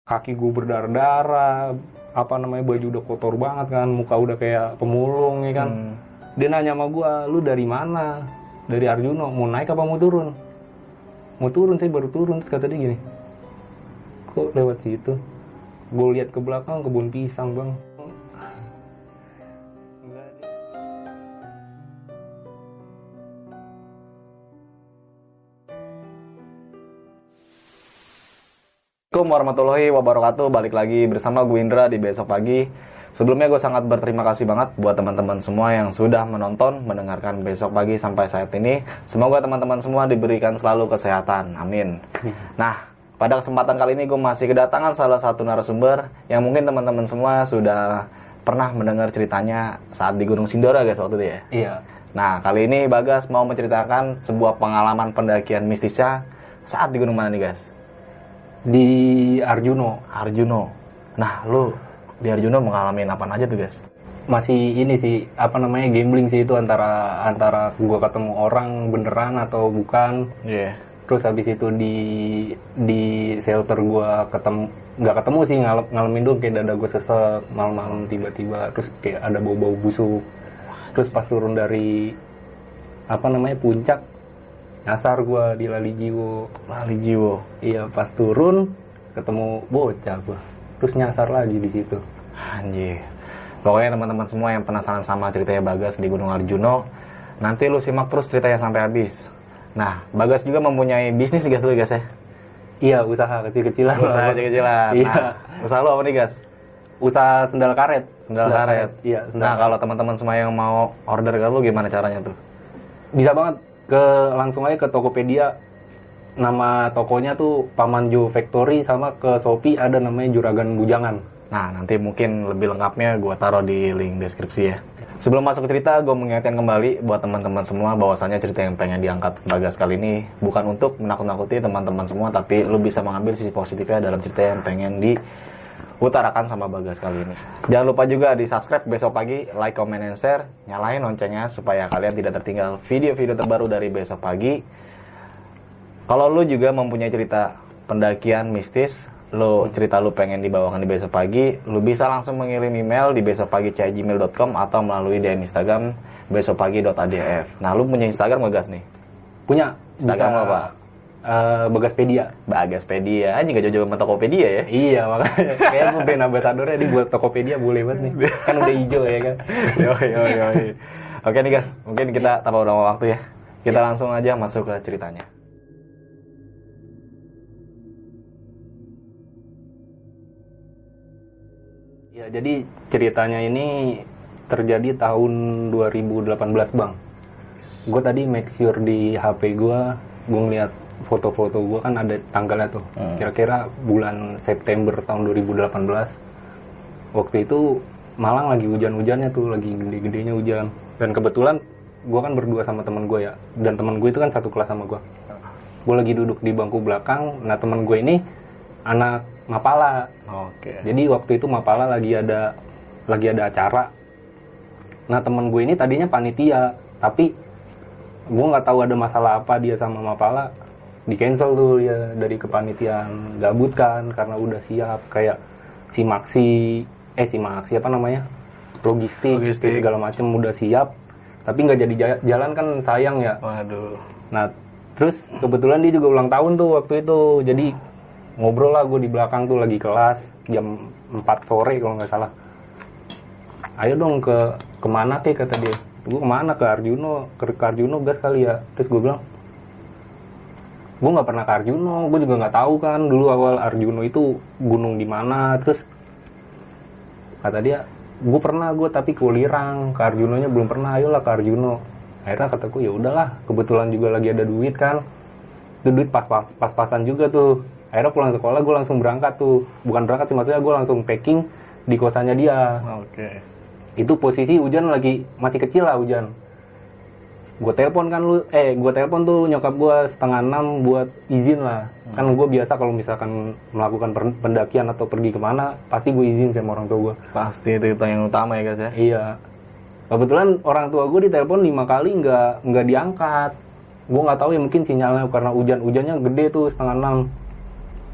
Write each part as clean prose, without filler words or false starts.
kaki gue berdarah-darah, baju udah kotor banget kan, muka udah kayak pemulung ya kan. Dia nanya sama gue, lu dari mana? Dari Arjuno, mau naik apa mau turun? Mau turun, saya baru turun. Terus kata dia gini, kok lewat situ? Gue lihat ke belakang kebun pisang bang. Assalamualaikum warahmatullahi wabarakatuh. Balik lagi bersama gue Indra di Besok Pagi. Sebelumnya gue sangat berterima kasih banget buat teman-teman semua yang sudah menonton, mendengarkan Besok Pagi sampai saat ini. Semoga teman-teman semua diberikan selalu kesehatan. Amin. Nah, pada kesempatan kali ini gue masih kedatangan salah satu narasumber yang mungkin teman-teman semua sudah pernah mendengar ceritanya saat di Gunung Sindoro guys waktu itu ya. Iya. Nah, kali ini Bagas mau menceritakan sebuah pengalaman pendakian mistisnya saat di gunung mana nih guys? Di Arjuno. Nah, lu di Arjuno mengalami apa aja tuh guys? Masih ini sih, gambling sih itu antara gua ketemu orang beneran atau bukan. Iya. Terus habis itu di shelter gua nggak ketemu sih, ngalamin dulu kayak dada gua sesek malam-malam tiba-tiba, terus kayak ada bau-bau busuk. Terus pas turun dari puncak, nyasar gua di Lali Jiwo. Iya, pas turun ketemu bocah gua. Terus nyasar lagi di situ. Anjir. Pokoknya teman-teman semua yang penasaran sama ceritanya Bagas di Gunung Arjuno, nanti lu simak terus ceritanya sampai habis. Nah, Bagas juga mempunyai bisnis guys ya. Iya, usaha kecil-kecilan. Iya. Nah, usaha lu apa nih guys? Usaha sendal karet. Iya, Nah, kalau teman-teman semua yang mau order ke lu gimana caranya tuh? Bisa banget. Langsung aja ke Tokopedia, nama tokonya tuh Pamanjo Factory, sama ke Shopee ada namanya Juragan Bujangan. Nah, nanti mungkin lebih lengkapnya gue taruh di link deskripsi ya. Sebelum masuk ke cerita, gue mengingatkan kembali buat teman-teman semua bahwasannya cerita yang pengen diangkat Bagas kali ini bukan untuk menakut-nakuti teman-teman semua, tapi lu bisa mengambil sisi positifnya dalam cerita yang pengen diutarakan sama Bagas kali ini. Jangan lupa juga di subscribe Besok Pagi, like, comment, and share, nyalain loncengnya supaya kalian tidak tertinggal video-video terbaru dari Besok Pagi. Kalau lu juga mempunyai cerita pendakian mistis, cerita lu pengen dibawakan di Besok Pagi, lu bisa langsung mengirim email di besokpagi@gmail.com atau melalui DM Instagram besokpagi.adf. Nah, lu punya Instagram nggak Gas nih? Punya. Instagram bisa, apa? Bagaspedia. Anjing gak jauh-jauh sama Tokopedia ya? Iya, makanya kayak gue brand ambassadornya dibuat Tokopedia boleh banget nih. Kan udah hijau ya kan. Yo. Oke nih guys, mungkin kita tanpa udah waktu ya. Kita langsung aja masuk ke ceritanya. Ya, jadi ceritanya ini terjadi tahun 2018 bang. Gue tadi make sure di HP gue ngeliat foto-foto gue kan ada tanggalnya tuh. Kira-kira bulan September tahun 2018. Waktu itu Malang lagi hujan-hujannya tuh, lagi gede-gedenya hujan. Dan kebetulan gue kan berdua sama temen gue ya. Dan temen gue itu kan satu kelas sama gue. Gue lagi duduk di bangku belakang. Nah, temen gue ini anak Mapala. Oke. Jadi waktu itu Mapala lagi ada acara. Nah, temen gue ini tadinya panitia, tapi gue nggak tahu ada masalah apa dia sama Mapala, di cancel tuh ya dari kepanitiaan. Gabut kan karena udah siap kayak si Maxi logistik segala macem udah siap, tapi nggak jadi jalan kan, sayang ya. Waduh. Nah, terus kebetulan dia juga ulang tahun tuh waktu itu, jadi ngobrol lah gue di belakang tuh, lagi kelas jam 4 sore kalau nggak salah. Ayo dong kemana kata dia. Gue kemana? Ke Arjuno gas kali ya. Terus gue bilang, gue nggak pernah ke Arjuno, gue juga nggak tahu kan dulu awal Arjuno itu gunung di mana. Terus kata dia, gue tapi ke Ulirang, ke Arjunonya belum pernah. Ayolah ke Arjuno. Akhirnya kataku ya udahlah, kebetulan juga lagi ada duit kan. Itu duit pas-pasan juga tuh. Akhirnya pulang sekolah gue langsung berangkat tuh. Bukan berangkat sih, maksudnya gue langsung packing di kosannya dia. Oke. Itu posisi hujan lagi masih kecil lah hujan. Gue telepon tuh nyokap gue 5:30 buat izin lah. Kan gue biasa kalau misalkan melakukan pendakian atau pergi kemana, pasti gue izin sama orang tua gue. Pasti itu yang utama ya guys ya. Iya. Kebetulan orang tua gue ditelepon 5 kali nggak diangkat. Gue nggak tahu ya, mungkin sinyalnya karena hujannya gede tuh 5:30.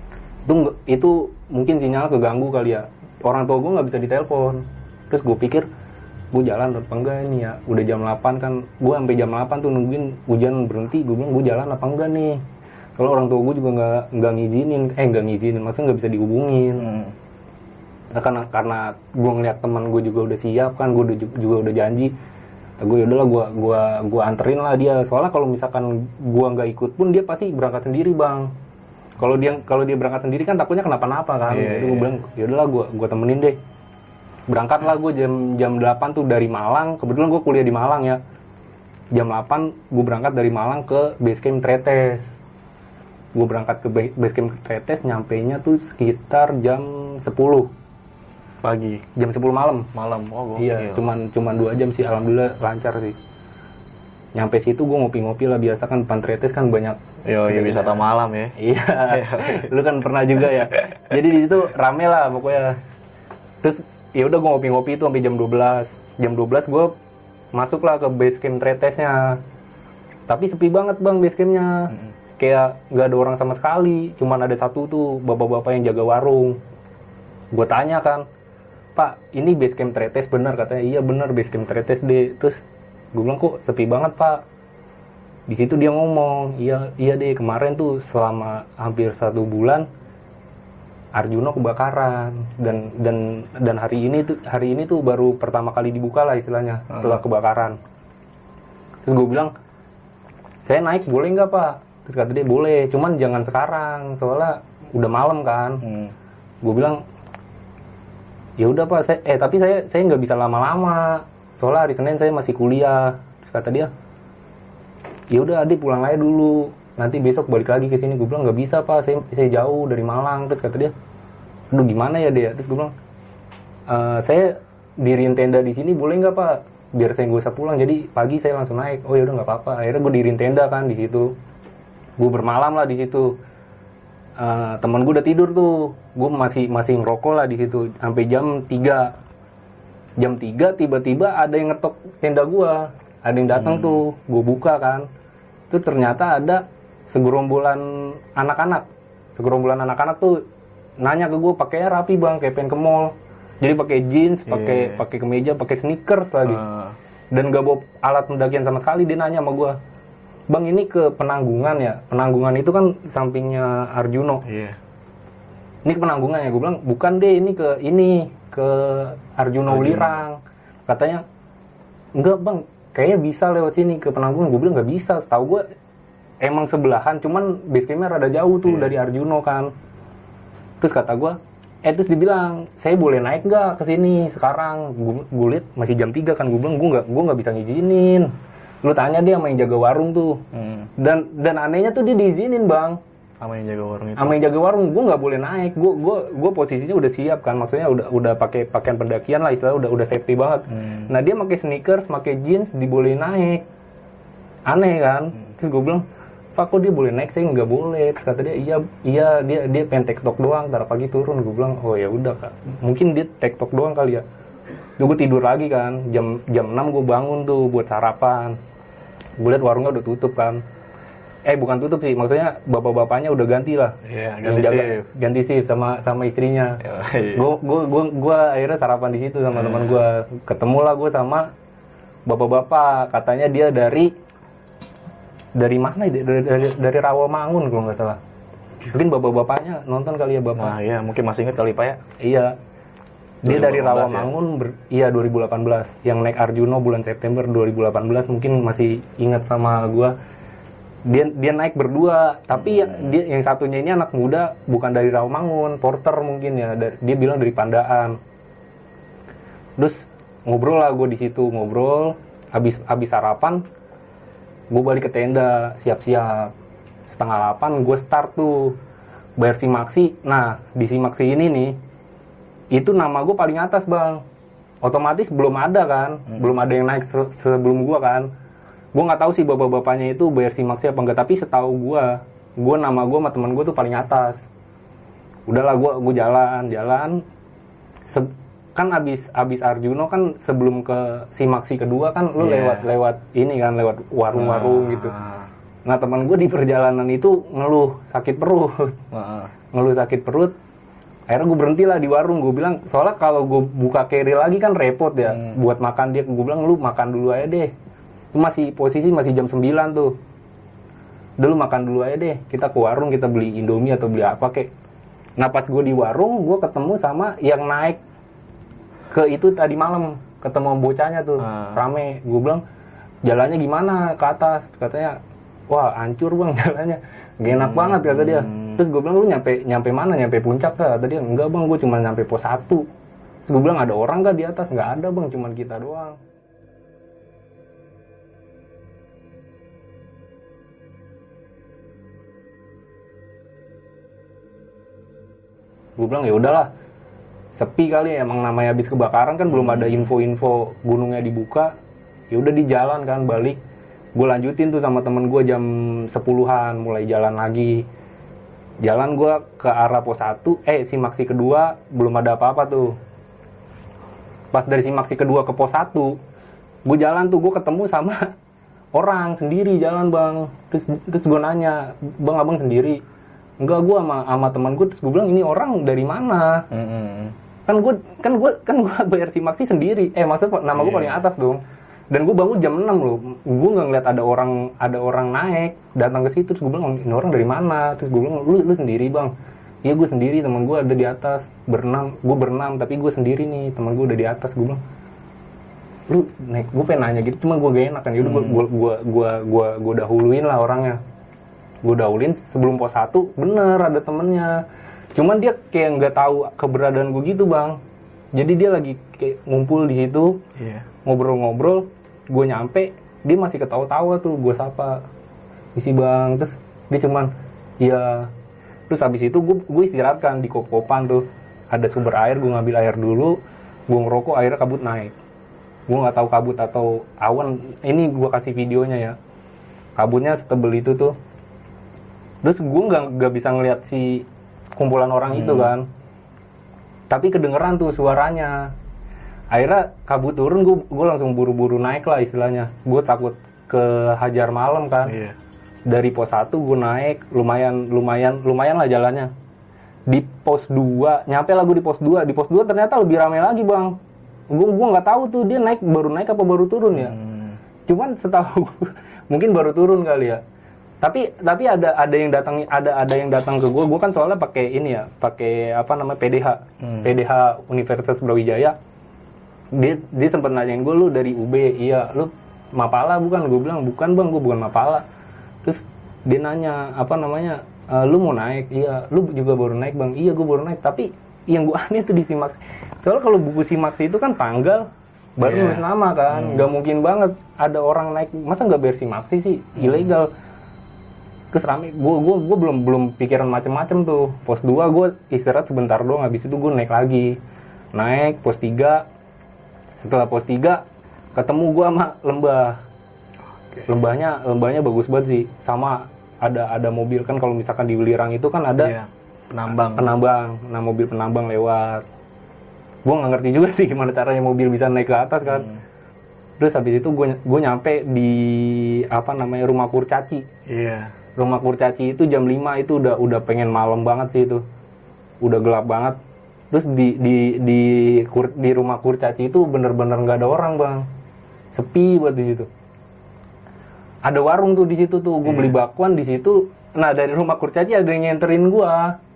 Itu mungkin sinyal keganggu kali ya. Orang tua gue nggak bisa ditelepon. Terus gue pikir gue jalan apa enggak ini ya, udah jam 8 kan, gue sampai jam 8 tuh nungguin hujan berhenti. Gue bilang gue jalan apa enggak nih, kalau orang tua gue juga nggak ngizinin, maksudnya nggak bisa dihubungin. Nah, karena gue ngeliat teman gue juga udah siap kan, gue juga udah janji, gue yaudahlah gue anterin lah dia. Soalnya kalau misalkan gue nggak ikut pun dia pasti berangkat sendiri bang. Kalau dia berangkat sendiri kan takutnya kenapa-napa kan. Jadi gue bilang yaudahlah gue temenin deh. Berangkatlah gue jam 8 tuh dari Malang. Kebetulan gue kuliah di Malang ya. Jam 8 gue berangkat dari Malang ke Basecamp Tretes. Gue berangkat ke Basecamp Tretes, nyampainya tuh sekitar jam 10 pagi. Jam 10 malam. Oh, iya, cuman 2 jam sih, alhamdulillah lancar sih. Nyampe situ gue ngopi-ngopi lah, biasa kan depan Tretes kan banyak. Wisata malam ya. Iya. Lu kan pernah juga ya. Jadi di situ rame lah pokoknya. Terus ya udah gue ngopi-ngopi itu sampai jam 12. Jam 12 gue masuklah ke Basecamp Tretesnya. Tapi sepi banget bang Basecampnya. Kayak nggak ada orang sama sekali. Cuman ada satu tuh bapak-bapak yang jaga warung. Gue tanya kan, Pak, ini Basecamp Tretes benar? Katanya iya benar Basecamp Tretes deh. Terus gue bilang kok sepi banget Pak. Di situ dia ngomong, iya deh kemarin tuh selama hampir 1 bulan Arjuna kebakaran dan hari ini tuh baru pertama kali dibuka lah istilahnya setelah kebakaran. Terus gue bilang, saya naik boleh nggak Pak? Terus kata dia boleh, cuman jangan sekarang soalnya udah malam kan. Gue bilang ya udah Pak, tapi saya nggak bisa lama-lama soalnya hari Senin saya masih kuliah. Terus kata dia, ya udah adik pulang aja dulu, nanti besok balik lagi ke sini. Gue bilang nggak bisa Pak, saya jauh dari Malang. Terus kata dia, aduh gimana ya dia? Terus gue bilang, saya diriin tenda di sini boleh nggak Pak? Biar saya nggak usah pulang, jadi pagi saya langsung naik. Oh ya udah nggak apa-apa. Akhirnya gue diriin tenda kan di situ. Gue bermalam lah di situ. Temen gue udah tidur tuh, gue masih ngerokok lah di situ sampai jam 3. Jam 3 tiba-tiba ada yang ngetok tenda gue. Ada yang datang tuh, gue buka kan. Itu ternyata ada segerombolan anak-anak tuh nanya ke gue, pakainya rapi bang, kayak pengen ke mall. Jadi pakai jeans, pakai kemeja, pakai sneakers lagi. Dan gak bawa alat pendakian sama sekali. Dia nanya sama gue, bang ini ke Penanggungan ya? Penanggungan itu kan sampingnya Arjuno. Ini ke Penanggungan ya? Gue bilang bukan deh, ini ke Arjuno Ulirang. Katanya enggak bang, kayaknya bisa lewat sini ke Penanggungan. Gue bilang nggak bisa, setahu gue emang sebelahan, cuman basecampnya rada jauh tuh dari Arjuno kan. Terus kata gue, terus dibilang, saya boleh naik nggak ke sini sekarang? Gue liat masih jam 3 kan. Gue bilang gue nggak bisa ngizinin. Lu tanya dia sama yang jaga warung tuh. Dan anehnya tuh dia diizinin bang. Sama yang jaga warung itu. Sama yang jaga warung, gue nggak boleh naik. Gue posisinya udah siap kan, maksudnya udah pakai pakaian pendakian lah, istilahnya udah safety banget. Nah dia pakai sneakers, pakai jeans, dibolehin naik. Aneh kan? Terus gue bilang, Pak kok dia boleh naik, saya nggak boleh. Terus kata dia, iya dia pengen tektok doang, ntar pagi turun. Gue bilang, oh ya udah kak, mungkin dia tektok doang kali ya. Gue tidur lagi kan, jam 6 gue bangun tuh buat sarapan. Gue liat warungnya udah tutup kan. Bukan tutup sih, maksudnya bapak-bapaknya udah ganti lah. Ganti shift sama istrinya. Gue akhirnya sarapan di situ sama teman gue. Ketemulah gue sama bapak-bapak, katanya dia dari mana? Dari Rawamangun kalau nggak salah. Mungkin bapak-bapaknya nonton kali ya bapak. Nah iya, mungkin masih ingat kali Pak ya. Iya. Dia dari Rawamangun, iya 2018. Yang naik Arjuno bulan September 2018, mungkin masih ingat sama gua. Dia naik berdua, tapi dia yang satunya ini anak muda, bukan dari Rawamangun, porter mungkin ya. Dia bilang dari Pandaan. Terus ngobrol lah gue di situ, ngobrol. Habis sarapan, gue balik ke tenda, siap-siap. 7:30 gue start tuh bayar Simaksi. Nah di Simaksi ini nih, itu nama gue paling atas bang. Otomatis belum ada kan, belum ada yang naik sebelum gue kan. Gue nggak tahu sih bapak-bapaknya itu bayar Simaksi apa enggak, tapi setahu gue nama gue sama teman gue tuh paling atas. Udahlah gue jalan. Kan abis Arjuno kan sebelum ke Simaksi kedua kan lu lewat ini kan, lewat warung-warung gitu. Nah teman gue di perjalanan itu ngeluh sakit perut. Ngeluh sakit perut. Akhirnya gue berhenti lah di warung. Gue bilang, soalnya kalau gue buka carry lagi kan repot ya. Buat makan dia, gue bilang lu makan dulu aja deh. Itu posisi masih jam 9 tuh. Dulu makan dulu aja deh. Kita ke warung, kita beli Indomie atau beli apa kek. Nah pas gue di warung, gue ketemu sama yang naik ke itu tadi malam. Ketemu bocahnya tuh, rame. Gue bilang, jalannya gimana ke atas? Katanya, wah hancur bang jalannya. Gak enak banget kata dia. Terus gue bilang, lu nyampe mana? Nyampe puncak kah? Kata dia, enggak bang, gue cuma nyampe pos 1. Terus gue bilang, ada orang gak di atas? Nggak ada bang, cuma kita doang. Gue bilang, ya udahlah, sepi kali emang namanya habis kebakaran kan belum ada info-info gunungnya dibuka. Ya udah di jalan kan balik. Gue lanjutin tuh sama temen gue jam 10-an mulai jalan lagi. Jalan gue ke arah pos 1, simaksi kedua belum ada apa-apa tuh. Pas dari simaksi kedua ke pos 1, gue jalan tuh, gue ketemu sama orang sendiri jalan bang. Terus gue nanya, bang abang sendiri? Enggak, gue sama teman gue. Terus gue bilang, ini orang dari mana? Kan gue bayar simaksi sendiri. Maksudnya nama gue paling atas dong. Dan gue bangun jam 6 loh. Gue nggak ngeliat ada orang naik datang ke situ. Terus gue bilang, ini orang dari mana? Terus gue bilang, lu sendiri bang? Iya gue sendiri, teman gue ada di atas berenam. Gue berenam tapi gue sendiri nih, teman gue udah di atas. Gue bilang, lu naik? Gue pengen nanya gitu, cuma gue gak enak kan. Yaudah gue dahuluin lah orangnya. Gue dahuluin sebelum pos 1, bener ada temennya. Cuman dia kayak nggak tahu keberadaan gue gitu bang. Jadi dia lagi kayak ngumpul di situ, ngobrol-ngobrol. Gue nyampe, dia masih ketawa-tawa tuh. Gue sapa, isi bang. Terus dia cuman, iya. Terus habis itu gue istirahat kan di kop-kopan tuh. Ada sumber air, gue ngambil air dulu. Gue ngerokok, airnya kabut naik. Gue nggak tahu kabut atau awan. Ini gue kasih videonya ya. Kabutnya setebel itu tuh. Terus gue nggak bisa ngeliat si kumpulan orang itu kan. Tapi kedengeran tuh suaranya. Akhirnya kabut turun, gue langsung buru-buru naik lah istilahnya. Gue takut kehajar malam kan. Dari pos 1 gue naik, lumayan lah jalannya. Di pos 2, nyampe lah gue di pos 2. Di pos 2 ternyata lebih ramai lagi bang. Gue nggak tahu tuh dia baru naik apa baru turun ya. Cuman setahu mungkin baru turun kali ya. Tapi ada yang datang ke gue kan soalnya pakai ini ya, pakai apa namanya PDH Universitas Brawijaya. Dia sempat nanyain gue, lu dari UB? Iya. Lu Mapala bukan? Gue bilang bukan bang, gue bukan Mapala. Terus dia nanya apa namanya, lu mau naik? Iya. Lu juga baru naik bang? Iya gue baru naik. Tapi yang gue aneh tuh di simaksi, soalnya kalau buku simaksi itu kan tanggal baru nulis nama kan, nggak mungkin banget ada orang naik, masa nggak bayar simaksi sih, ilegal. Terus rame, gue belum pikiran macem-macem tuh. Pos 2 gue istirahat sebentar doang, habis itu gue naik lagi. Naik pos 3. Setelah pos 3 ketemu gue sama lembah. Lembahnya bagus banget sih. Sama ada mobil kan, kalau misalkan di Welirang itu kan ada penambang. Nah mobil penambang lewat. Gue nggak ngerti juga sih gimana caranya mobil bisa naik ke atas kan. Terus habis itu gue nyampe di apa namanya, rumah kurcaci. Rumah kurcaci itu jam 5 itu udah pengen malam banget sih itu. Udah gelap banget. Terus di rumah kurcaci itu bener-bener nggak ada orang bang. Sepi buat di situ. Ada warung tuh di situ tuh. Gue beli bakwan di situ. Nah dari rumah kurcaci ada yang nyenterin gue.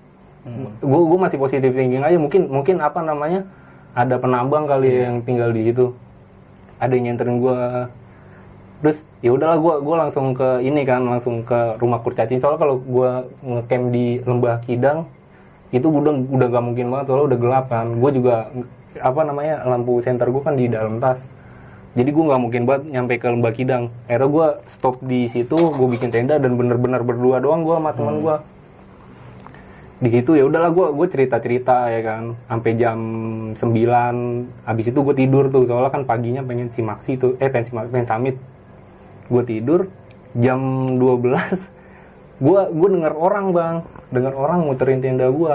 Gue masih positif thinking aja. Mungkin apa namanya, ada penambang kali yang tinggal di situ. Ada yang nyenterin gue. Terus ya udahlah gue langsung ke ini kan, langsung ke rumah kurcaci. Soalnya kalau gue ngecamp di Lembah Kidang itu udah gak mungkin banget, soalnya udah gelap kan. Gue juga apa namanya, lampu senter gue kan di dalam tas. Jadi gue nggak mungkin banget nyampe ke Lembah Kidang. Akhirnya gue stop di situ, gue bikin tenda dan bener-bener berdua doang gue sama teman gue. Di situ ya udahlah gue cerita ya kan, sampai jam 9. Habis itu gue tidur tuh, soalnya kan paginya pengen simaksi tuh, pengen summit. Gue tidur jam 12. Gue dengar orang muterin tenda gue.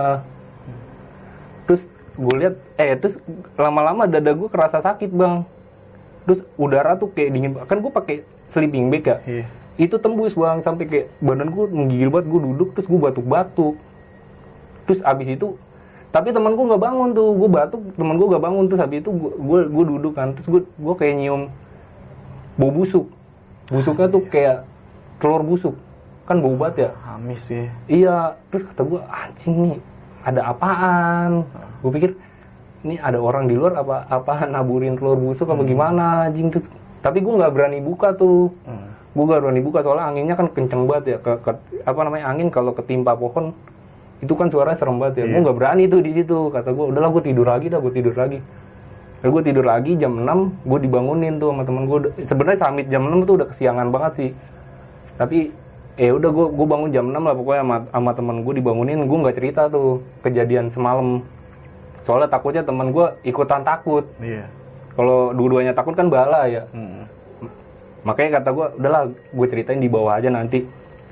Terus gue lihat terus lama-lama dada gue kerasa sakit bang. Terus udara tuh kayak dingin, kan gue pakai sleeping bag ya. itu tembus bang, sampai kayak badan gue menggigil banget. Gue duduk terus gue batuk-batuk. Terus abis itu, tapi teman gue nggak bangun tuh, gue batuk, teman gue nggak bangun. Terus abis itu gue duduk kan, terus gue kayak nyium bau busuk. Busuknya tuh kayak telur busuk, kan bau banget ya. Amis sih. Iya, terus kata gue, anjing nih, ada apaan? Gue pikir ini ada orang di luar apa naburin telur busuk apa gimana anjing. Terus tapi gue nggak berani buka tuh. Gue gak berani buka soalnya anginnya kan kenceng banget ya, apa namanya, angin kalau ketimpa pohon itu kan suaranya serem banget ya. Gue gak berani tuh di situ. Kata gue, udahlah gue tidur lagi dah, gue tidur lagi. Lalu gue tidur lagi jam 6, gue dibangunin tuh sama temen gue. Sebenarnya summit jam 6 tuh udah kesiangan banget sih. Tapi udah gue bangun jam 6 lah pokoknya sama temen gue dibangunin. Gue nggak cerita tuh kejadian semalam. Soalnya takutnya temen gue ikutan takut. Iya. Kalau dua-duanya takut kan bala ya. Makanya kata gue, udahlah gue ceritain di bawah aja nanti.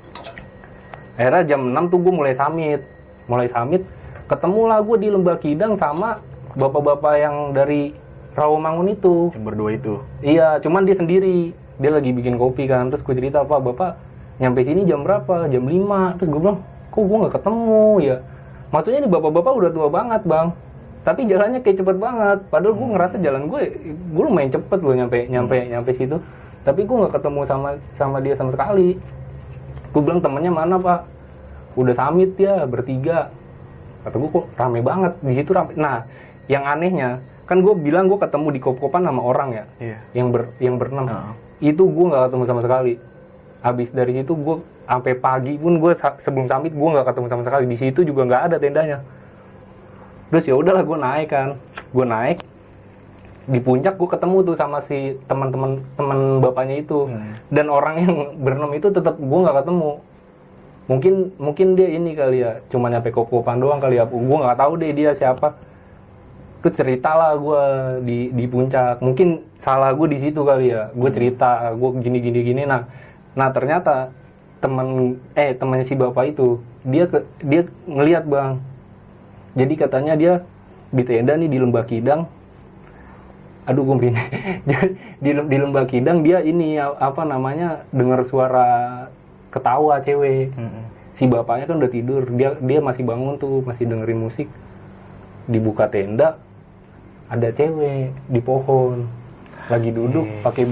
Akhirnya jam 6 tuh gue mulai summit. Ketemulah gue di Lembah Kidang sama bapak-bapak yang dari Rawamangun itu. Yang berdua itu? Iya, cuman dia sendiri. Dia lagi bikin kopi kan. Terus gue cerita, Bapak nyampe sini jam berapa? Jam 5. Terus gue bilang, kok gue gak ketemu ya? Maksudnya nih bapak-bapak udah tua banget bang. Tapi jalannya kayak cepet banget. Padahal gue ngerasa jalan gue lumayan cepet loh nyampe situ. Tapi gue nggak ketemu sama dia sama sekali. Gue bilang, temennya mana pak? Udah summit ya bertiga. Kata gue, kok rame banget di situ rame. Nah, yang anehnya kan gue bilang gue ketemu di kop-kopan sama orang ya, yang berenam. Itu gue nggak ketemu sama sekali. Habis dari situ gue sampai pagi pun gue sebelum summit gue nggak ketemu sama sekali. Di situ juga nggak ada tendanya. Terus ya udahlah gue naik. Di puncak gue ketemu tuh sama si teman bapaknya itu. Dan orang yang berenam itu tetap gue nggak ketemu. Mungkin dia ini kali ya, cuma nyampe kop-kopan doang kali ya. Gue nggak tahu deh dia siapa. Terus ceritalah gue di puncak. Mungkin salah gue di situ kali ya. Gue cerita gue gini. Nah ternyata temannya si bapak itu dia ngelihat bang. Jadi katanya dia di tenda nih di Lembah Kidang. Aduh gue merinding. di Lembah Kidang dia ini apa namanya, dengar suara ketawa cewek. Si bapaknya kan udah tidur, dia masih bangun tuh, masih dengerin musik. Dibuka tenda, ada cewek di pohon lagi duduk pakai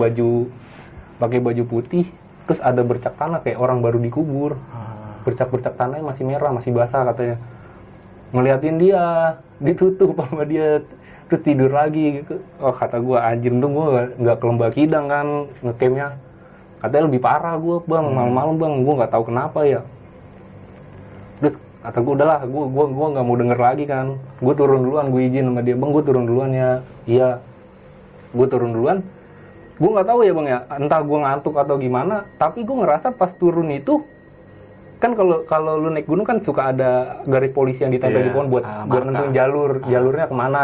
baju putih, terus ada bercak tanah kayak orang baru dikubur. Bercak tanahnya masih merah, masih basah katanya. Ngeliatin dia, ditutup sama dia. Terus tidur lagi gitu. Oh kata gue, anjir tuh gue nggak ke Lembah Kidang kan ngecampnya. Katanya lebih parah gue bang, malam-malam bang, gue nggak tahu kenapa ya. Terus kata gue, udahlah gue nggak mau denger lagi kan. Gue turun duluan, gue izin sama dia, bang gue turun duluan ya. Iya, gue turun duluan. Gue nggak tahu ya bang ya, entah gue ngantuk atau gimana. Tapi gue ngerasa pas turun itu kan kalau lu naik gunung kan suka ada garis polisi yang ditempel di pohon buat nentuin jalurnya kemana.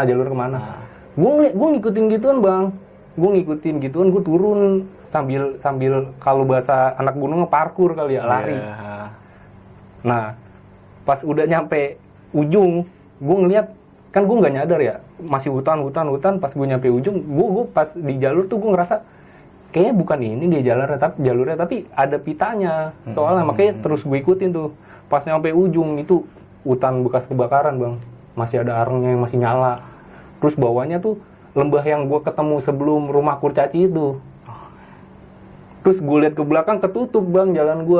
Gue ngikutin gituan bang, gue turun sambil kalau bahasa anak gunung parkur kali ya, lari. Nah pas udah nyampe ujung, gue ngeliat kan gue nggak nyadar ya, masih hutan. Pas gue nyampe ujung, gue pas di jalur tuh gue ngerasa kayaknya bukan ini dia jalurnya tapi ada pitanya soalnya. Makanya terus gue ikutin tuh. Pas nyampe ujung itu hutan bekas kebakaran bang, masih ada arengnya yang masih nyala. Terus bawahnya tuh lembah yang gue ketemu sebelum rumah kurcaci itu. Terus gue lihat ke belakang ketutup bang jalan gue,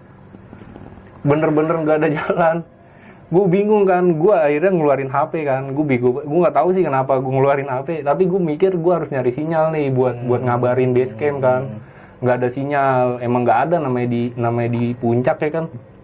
bener-bener nggak ada jalan. Gue bingung kan, gue akhirnya ngeluarin HP kan. Gue nggak tahu sih kenapa gue ngeluarin HP, tapi gue mikir gue harus nyari sinyal nih buat ngabarin base camp kan. Nggak ada sinyal, emang nggak ada, namanya di puncak ya kan.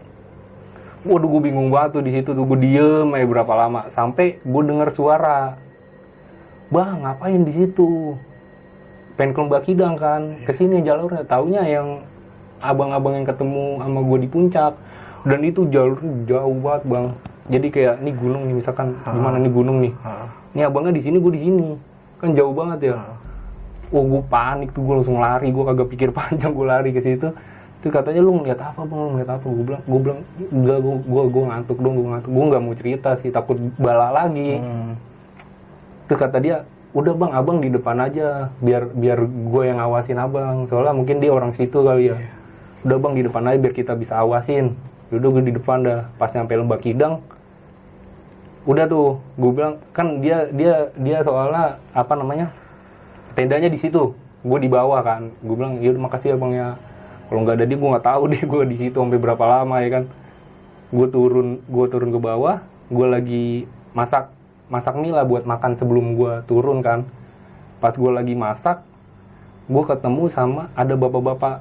Waduh gue bingung banget tuh di situ tuh, gue diem aja berapa lama sampai gue denger suara, bang ngapain di situ? Pengen ke Lembah Kidang kan, kesini jalurnya. Taunya yang abang-abang yang ketemu sama gue di puncak. Dan itu jalur jauh banget bang. Jadi kayak ini gunung nih misalkan, gimana nih gunung nih. Ini abangnya di sini, gue di sini. Kan jauh banget ya. Oh gue panik tuh, gue langsung lari. Gue kagak pikir panjang, gue lari ke situ. Terus katanya, lu ngeliat apa bang? Lu ngeliat apa? Gue bilang enggak, gue ngantuk dong, gue nggak mau cerita sih, takut bala lagi. Terus kata dia, udah bang, abang di depan aja, biar gue yang ngawasin abang. Soalnya mungkin dia orang situ kali ya. udah bang di depan aja biar kita bisa awasin. Udah gue di depan dah, pas nyampe Lembah Kidang udah tuh gue bilang kan dia soalnya apa namanya tendanya di situ, gue di bawah kan. Gue bilang ya makasih ya bang ya, kalau nggak ada dia gue nggak tahu deh gue di situ sampai berapa lama ya kan. Gue turun ke bawah, gue lagi masak mie lah buat makan sebelum gue turun kan. Pas gue lagi masak, gue ketemu sama ada bapak-bapak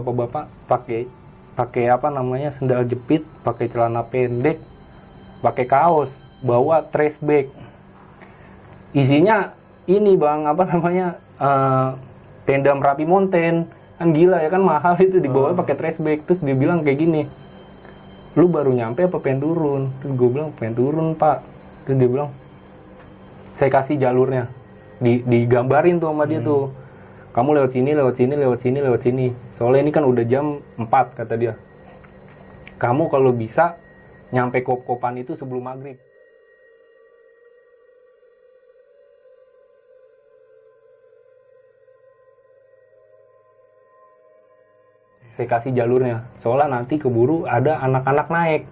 pakai apa namanya sendal jepit, pakai celana pendek, pakai kaos, bawa trash bag. Isinya ini bang apa namanya tenda Merapi Mountain, kan gila ya kan, mahal itu, dibawa pakai trash bag. Terus dia bilang kayak gini, lu baru nyampe apa pengen turun? Terus gue bilang pengen turun pak. Terus dia bilang saya kasih jalurnya, digambarin tuh sama dia tuh, kamu lewat sini. Soalnya ini kan udah jam 4 kata dia. Kamu kalau bisa nyampe Kop-Kopan itu sebelum maghrib. Saya kasih jalurnya, soalnya nanti keburu ada anak-anak naik.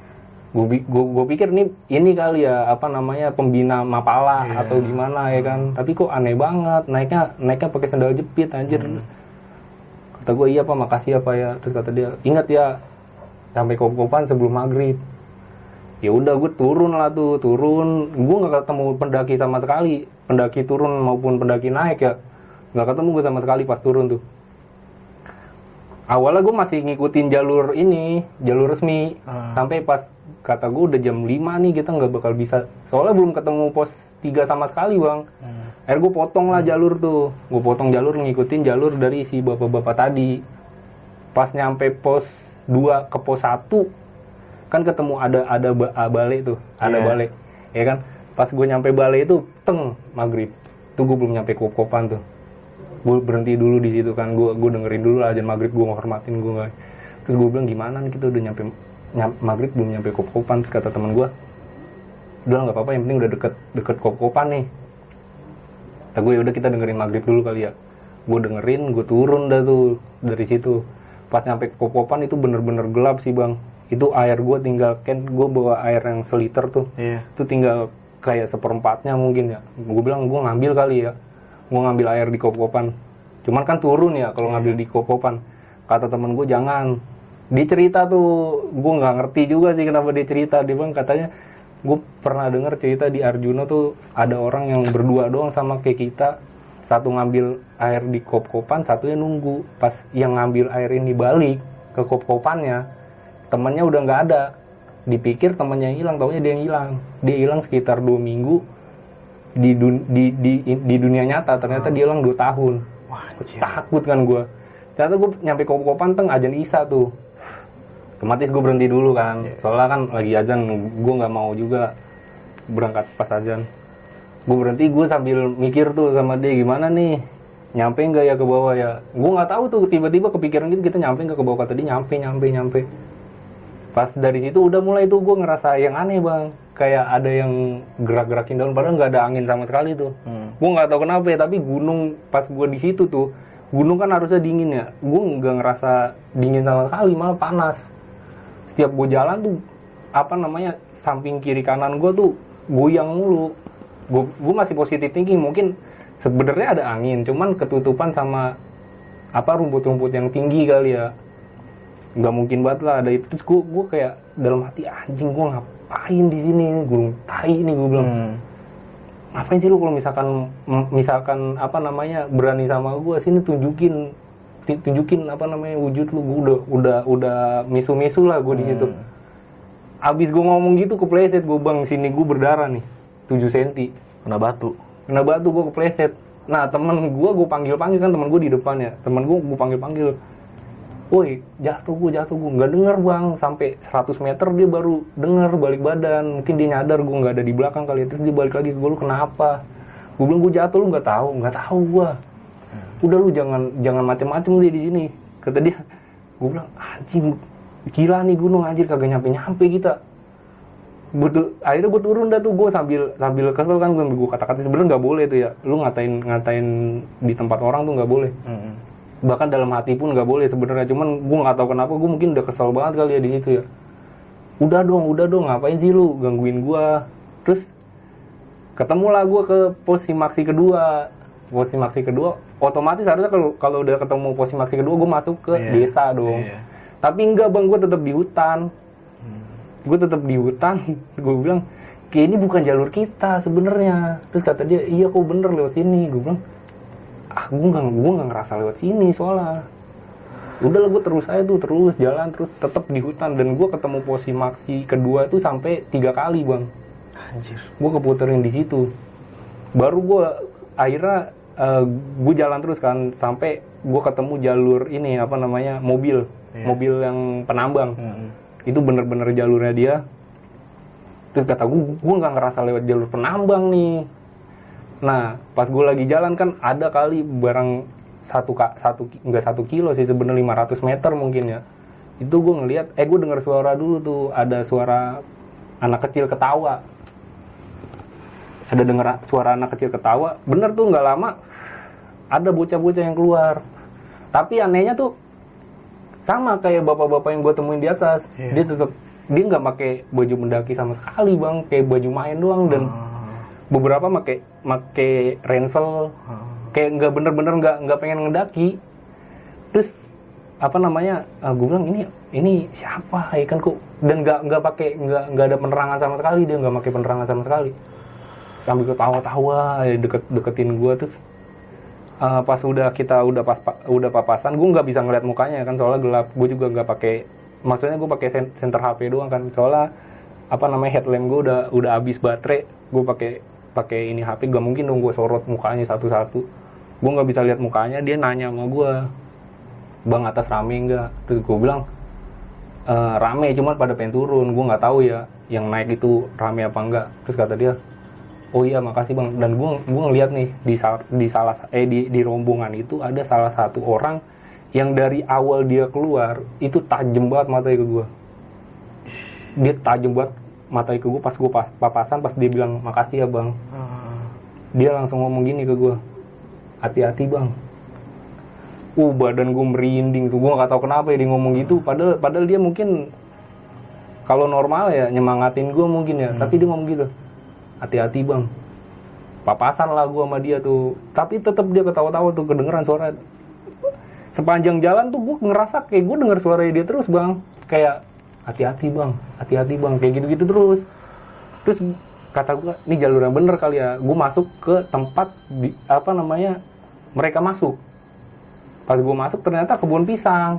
Gue pikir ini kali ya apa namanya pembina Mapala atau gimana ya kan. Tapi kok aneh banget, naiknya pakai sandal jepit anjir. Kata gue iya pak, makasih ya pak ya. Terus kata dia, ingat ya sampai Kop-Kopan sebelum maghrib. Ya udah gue turun. Gue nggak ketemu pendaki sama sekali, pendaki turun maupun pendaki naik ya nggak ketemu gue sama sekali pas turun tuh. Awalnya gue masih ngikutin jalur resmi, sampai pas kata gue udah jam 5 nih kita nggak bakal bisa, soalnya belum ketemu pos 3 sama sekali bang. Akhirnya gue potong lah jalur tuh, ngikutin jalur dari si bapak-bapak tadi. Pas nyampe pos 2 ke pos 1 kan ketemu ada balai tuh, balai ya kan. Pas gue nyampe balai itu maghrib tuh, gue belum nyampe Kop-Kopan tuh. Gue berhenti dulu di situ kan, gue dengerin dulu azan maghrib, gue ngehormatin gue nggak. Terus gue bilang gimana nih kita udah nyampe maghrib belum nyampe Kop-Kopan. Terus kata teman gue, udah nggak apa-apa yang penting udah deket Kop-Kopan nih. Kata gue udah kita dengerin maghrib dulu kali ya. Gue dengerin, gue turun dah tuh dari situ. Pas nyampe Kop-Kopan itu bener-bener gelap sih bang. Itu air gue tinggal, kan gue bawa air yang seliter tuh, itu tinggal kayak seperempatnya mungkin ya. Gue bilang gue ngambil kali ya, gue ngambil air di Kop-Kopan. Cuman kan turun ya kalau ngambil di Kop-Kopan. Kata temen gue jangan. Dia cerita tuh, gue nggak ngerti juga sih kenapa dia cerita. Dia bilang katanya, gue pernah dengar cerita di Arjuna tuh ada orang yang berdua doang sama kayak kita. Satu ngambil air di Kop-Kopan, satunya nunggu. Pas yang ngambil air ini balik ke Kop-Kopannya, temennya udah nggak ada. Dipikir temennya hilang, taunya dia yang hilang. Dia hilang sekitar 2 minggu di dunia nyata. Ternyata dia hilang 2 tahun. Wah, takut kan gue. Ternyata gue nyampe Kop-Kopan azan Isya tuh. Otomatis gue berhenti dulu kan. Soalnya kan lagi azan, gue nggak mau juga berangkat pas azan. Gue berhenti, gue sambil mikir tuh sama dia, gimana nih, nyampe nggak ya ke bawah ya. Gue nggak tahu tuh, tiba-tiba kepikiran gitu, kita nyampe nggak ke bawah. Kata dia nyampe. Pas dari situ udah mulai tuh gue ngerasa yang aneh bang, kayak ada yang gerak-gerakin daun, padahal nggak ada angin sama sekali tuh. Gue nggak tahu kenapa ya, tapi gunung pas gue di situ tuh, gunung kan harusnya dingin ya, gue nggak ngerasa dingin sama sekali, malah panas. Setiap gue jalan tuh apa namanya, samping kiri kanan gue tuh goyang mulu. Gue masih positif thinking, mungkin sebenarnya ada angin, cuman ketutupan sama apa rumput-rumput yang tinggi kali ya. Nggak mungkin banget lah ada itu. Terus gue kayak dalam hati, anjing gue ngapain di sini, gunung tai nih, gue bilang. Ngapain sih lu kalau misalkan apa namanya berani sama gue, sini tunjukin apa namanya wujud lu. Gue udah misu-misu lah gue di situ. Abis gue ngomong gitu kepleset gue bang, sini gue berdarah nih 7 cm. Kena batu gue kepleset. Nah temen gue panggil kan, temen gue di depan ya, temen gue panggil, woi jatuh gue nggak denger bang, sampai 100 meter dia baru denger balik badan. Mungkin dia nyadar gue nggak ada di belakang kali. Terus dia balik lagi ke gue, lu kenapa? Gue bilang gue jatuh, lu nggak tahu gue. Udah lu jangan macem-macem dia di sini, kata dia. Gue bilang anjing gila nih gunung anjir, kagak nyampe kita. Betul, akhirnya gue turun dah tuh, gue sambil kesel kan, gue kata-kata sebenarnya nggak boleh tuh ya, lu ngatain di tempat orang tuh nggak boleh. bahkan dalam hati pun nggak boleh sebenarnya, cuman gue nggak tahu kenapa gue mungkin udah kesel banget kali ya di situ ya. Udah dong, ngapain sih lu gangguin gue. Terus ketemulah gue ke pos simaksi kedua. Pos simaksi kedua otomatis harusnya kalau udah ketemu pos simaksi kedua gue masuk ke desa dong. Tapi enggak bang, gue tetap di hutan. Gue bilang kayak ini bukan jalur kita sebenarnya. Terus kata dia, iya kok bener lewat sini. Gue bilang, gue nggak ngerasa lewat sini soalnya. Udahlah gue terus jalan terus tetap di hutan, dan gue ketemu pos simaksi kedua itu sampai 3 kali bang. Anjir. Gue keputerin di situ. Baru gue akhirnya gue jalan terus kan sampai gue ketemu jalur ini apa namanya mobil yang penambang. Itu bener-bener jalurnya dia. Terus kata gue nggak ngerasa lewat jalur penambang nih. Nah pas gue lagi jalan kan ada kali barang nggak 1 kilo sih sebenarnya, 500 meter mungkin ya. Itu gue ngelihat gue dengar suara dulu tuh, ada suara anak kecil ketawa. Ada dengar suara anak kecil ketawa. Bener tuh nggak lama ada bocah-bocah yang keluar. Tapi anehnya tuh sama kayak bapak-bapak yang gue temuin di atas. Dia nggak pakai baju mendaki sama sekali bang, kayak baju main doang, dan beberapa pakai ransel, kayak nggak bener-bener nggak pengen ngedaki. Terus apa namanya, gue bilang ini siapa ya kan kok, dan nggak ada penerangan sama sekali, dia nggak pakai penerangan sama sekali, sambil ketawa-tawa deketin gue. Terus pas udah papasan, gue nggak bisa ngeliat mukanya kan soalnya gelap. Gue juga nggak pakai, maksudnya gue pakai senter HP doang kan, soalnya apa namanya headlamp gue udah habis baterai. Gue pakai ini HP, gak mungkin dong gue sorot mukanya satu-satu. Gue nggak bisa lihat mukanya. Dia nanya sama gue, bang atas rame nggak? Terus gue bilang rame, cuman pada pengen turun. Gue nggak tahu ya yang naik itu rame apa enggak. Terus kata dia, oh iya makasih bang. Dan gue ngeliat nih di rombongan itu ada salah satu orang yang dari awal dia keluar itu tajam banget matanya ke gue. Dia tajam banget matanya ke gue pas gue papasan, pas dia bilang makasih ya bang. Dia langsung ngomong gini ke gue, hati-hati bang. Badan gue merinding tuh. Gue nggak tahu kenapa ya dia ngomong gitu. Padahal dia mungkin kalau normal ya nyemangatin gue mungkin ya. Tapi dia ngomong gitu, hati-hati bang. Papasan lah gue sama dia tuh. Tapi tetap dia ketawa-tawa tuh, kedengeran suara. Sepanjang jalan tuh gue ngerasa kayak gue denger suara dia terus bang. Kayak hati-hati bang, kayak gitu-gitu terus. Terus kata gue, ini jalur yang bener kali ya. Gue masuk ke tempat mereka masuk. Pas gue masuk ternyata kebun pisang.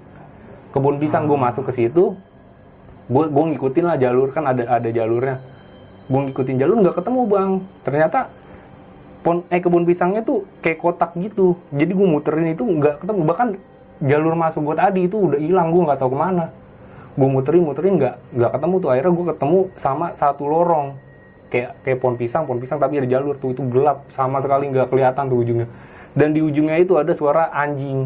Gue masuk ke situ. Gue ngikutin lah jalur, kan ada jalurnya. Gue ngikutin jalur nggak ketemu bang. Ternyata kebun pisangnya tuh kayak kotak gitu. Jadi gue muterin itu nggak ketemu. Bahkan jalur masuk gue tadi itu udah hilang, gue nggak tahu kemana. Gue muterin nggak ketemu tuh. Akhirnya gue ketemu sama satu lorong kayak pohon pisang tapi ada jalur tuh, itu gelap sama sekali nggak kelihatan tuh ujungnya. Dan di ujungnya itu ada suara anjing.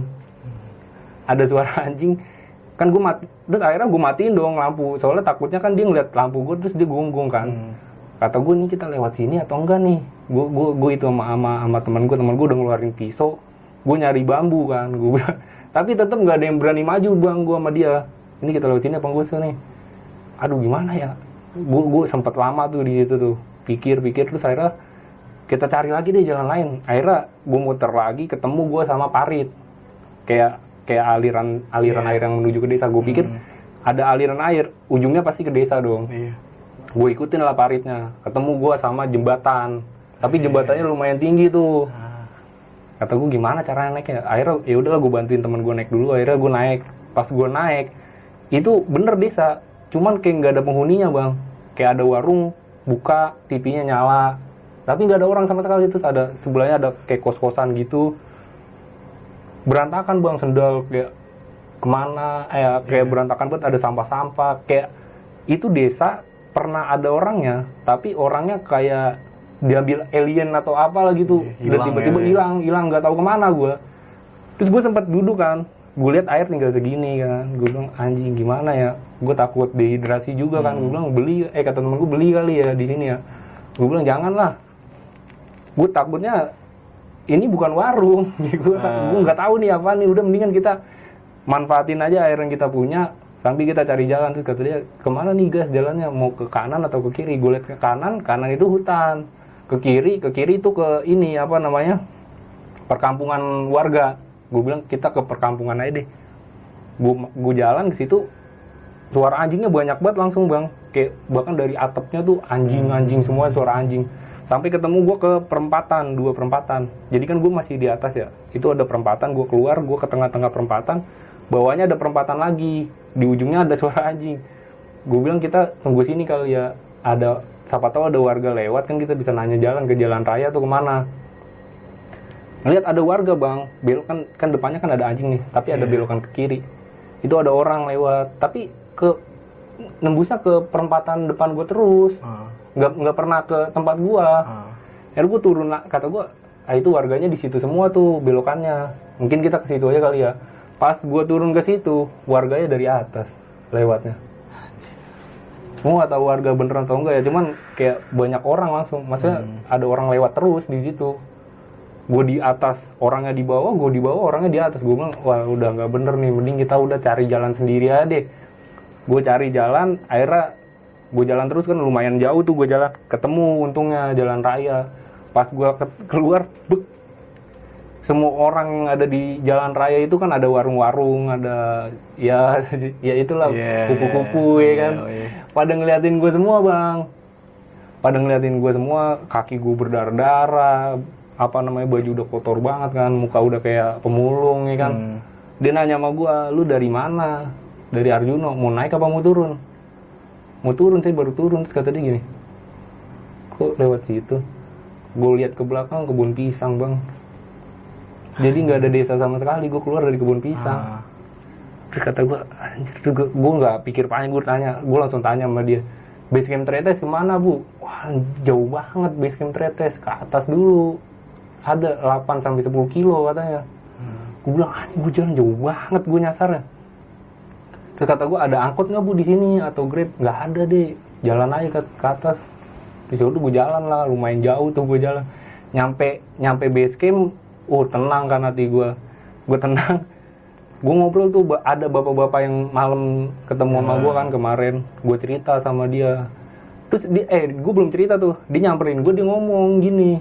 Kan gue mati. Terus akhirnya gue matiin dong lampu, soalnya takutnya kan dia ngeliat lampu gue terus dia gonggong kan. Kata gue, nih kita lewat sini atau enggak nih. Gue itu sama teman gue udah ngeluarin pisau. Gue nyari bambu kan. Tapi tetap nggak ada yang berani maju bang. Gue sama dia, ini kita lewat sini apa enggak sih nih? Aduh gimana ya? Gue sempat lama tuh di situ tuh, pikir terus akhirnya kita cari lagi deh jalan lain. Akhirnya gue muter lagi, ketemu gue sama parit, kayak aliran air yang menuju ke desa. Gue pikir ada aliran air, ujungnya pasti ke desa dong. Gue ikutin lah paritnya, ketemu gue sama jembatan, tapi jembatannya lumayan tinggi tuh. Kata gue gimana caranya naiknya? Akhirnya ya udahlah gue bantuin teman gue naik dulu. Akhirnya gue naik. Pas gue naik itu bener desa, cuman kayak nggak ada penghuninya bang. Kayak ada warung buka, TV-nya nyala, tapi nggak ada orang sama sekali. Terus ada sebelahnya ada kayak kos-kosan gitu, berantakan bang, sendal kayak kemana, kayak berantakan banget, ada sampah-sampah. Kayak itu desa pernah ada orangnya, tapi orangnya kayak diambil alien atau apalah gitu, dan tiba-tiba hilang, nggak tahu kemana gue. Terus gue sempat duduk kan, gue lihat air tinggal segini kan, gue bilang anjing gimana ya, gue takut dehidrasi juga kan. Gue bilang kata temen gue beli kali ya di sini ya. Gue bilang jangan lah, gue takutnya ini bukan warung. Gue nggak tahu nih apa nih, udah mendingan kita manfaatin aja air yang kita punya sambil kita cari jalan. Terus kata dia, kemana nih gas jalannya, mau ke kanan atau ke kiri? Gue lihat ke kanan itu hutan, ke kiri itu ke ini apa namanya, perkampungan warga. Gue bilang kita ke perkampungan aja deh. Gue jalan ke situ, suara anjingnya banyak banget langsung bang, kayak bahkan dari atapnya tuh anjing semua, suara anjing. Sampai ketemu gue ke perempatan, 2 perempatan. Jadi kan gue masih di atas ya, itu ada perempatan, gue keluar, gue ke tengah-tengah perempatan, bawahnya ada perempatan lagi, di ujungnya ada suara anjing. Gue bilang kita tunggu sini kali ya, ada siapa tahu ada warga lewat kan, kita bisa nanya jalan ke jalan raya tuh kemana. Ngeliat ada warga bang, belok kan depannya kan ada anjing nih, tapi ada belokan ke kiri. Itu ada orang lewat, tapi nembusnya ke perempatan depan gue terus, nggak pernah ke tempat gue. Akhirnya gue turun, kata gue, itu warganya di situ semua tuh belokannya, mungkin kita ke situ aja kali ya. Pas gue turun ke situ, warganya dari atas lewatnya. Gue nggak tahu warga beneran atau enggak ya, cuman kayak banyak orang langsung, maksudnya ada orang lewat terus di situ. Gue di atas, orangnya di bawah, gue di bawah, orangnya di atas. Gue bilang, wah udah nggak bener nih, mending kita udah cari jalan sendiri aja deh. Gue cari jalan, akhirnya gue jalan terus kan, lumayan jauh tuh gue jalan, ketemu untungnya jalan raya. Pas gue keluar, semua orang yang ada di jalan raya itu kan ada warung-warung, ada ya itulah, kupu-kupu ya kan. Pada ngeliatin gue semua bang, kaki gue berdarah-darah, apa namanya, baju udah kotor banget kan, muka udah kayak pemulung ya kan. Dia nanya sama gue, lu dari mana? Dari Arjuno, mau naik apa mau turun? Mau turun, saya baru turun. Terus kata dia gini, kok lewat situ? Gue lihat ke belakang kebun pisang bang, jadi nggak ada desa sama sekali. Gue keluar dari kebun pisang. Terus kata gue, anjir, gue nggak pikir panjang, gue langsung tanya sama dia, base camp Tretes kemana bu? Wah jauh banget base camp Tretes, ke atas dulu, ada 8-10 kilo katanya. Gue bilang, gue jalan jauh banget, gue nyasarnya. Terus kata gue, ada angkot nggak bu di sini atau Grab? Nggak ada deh, jalan aja ke atas. Terus udah gue jalan lah, lumayan jauh tuh gue jalan. Nyampe base camp, tenang kan hati gue tenang. Gue ngobrol tuh, ada bapak-bapak yang malam ketemu sama gue kan kemarin. Gue cerita sama dia. Terus gue belum cerita tuh, dia nyamperin gue, dia ngomong gini,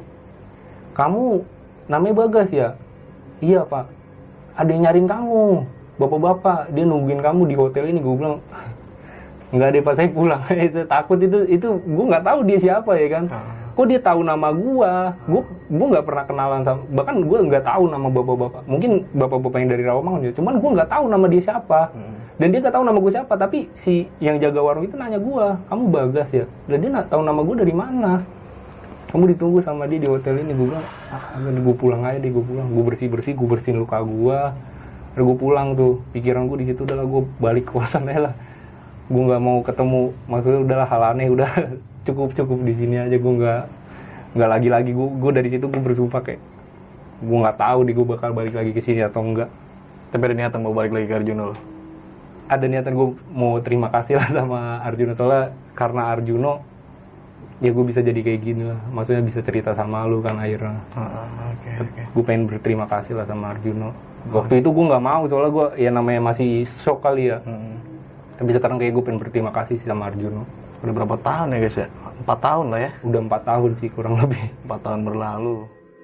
kamu namanya Bagas ya? Iya pak, ada yang nyariin kamu, bapak-bapak, dia nungguin kamu di hotel ini. Gue bilang, nggak deh pak, saya pulang. Saya takut itu gue nggak tahu dia siapa ya kan. Kok dia tahu nama gue nggak pernah kenalan sama, bahkan gue nggak tahu nama bapak-bapak. Mungkin bapak-bapak yang dari Rawamangun ya, cuman gue nggak tahu nama dia siapa. Dan dia nggak tahu nama gue siapa, tapi si yang jaga warung itu nanya gue, kamu Bagas ya? Dan dia nggak tahu nama gue dari mana. Kamu ditunggu sama dia di hotel ini. Gue bilang, gue pulang aja deh, gue bersihin luka gue. Lalu gue pulang tuh, pikiran gue di situ udahlah, gue balik ke kosan aja lah. Gue nggak mau ketemu, maksudnya udahlah hal aneh, udah cukup di sini aja. Gue nggak lagi gue dari situ gue bersumpah kayak gue nggak tahu gue bakal balik lagi ke sini atau enggak. Tapi ada niatan mau balik lagi ke Arjuno lo? Ada niatan, gue mau terima kasih lah sama Arjuno, soalnya karena Arjuno ya gue bisa jadi kayak gini lah, maksudnya bisa cerita sama lu kan akhirnya. Okay. Gue pengen berterima kasih lah sama Arjuno. Waktu itu gue nggak mau, soalnya gue ya namanya masih shock kali ya. Tapi sekarang kayak gue pengen berterima kasih sama Arjuno. Udah berapa tahun ya guys ya? 4 tahun lah ya? Udah 4 tahun sih kurang lebih. 4 tahun berlalu.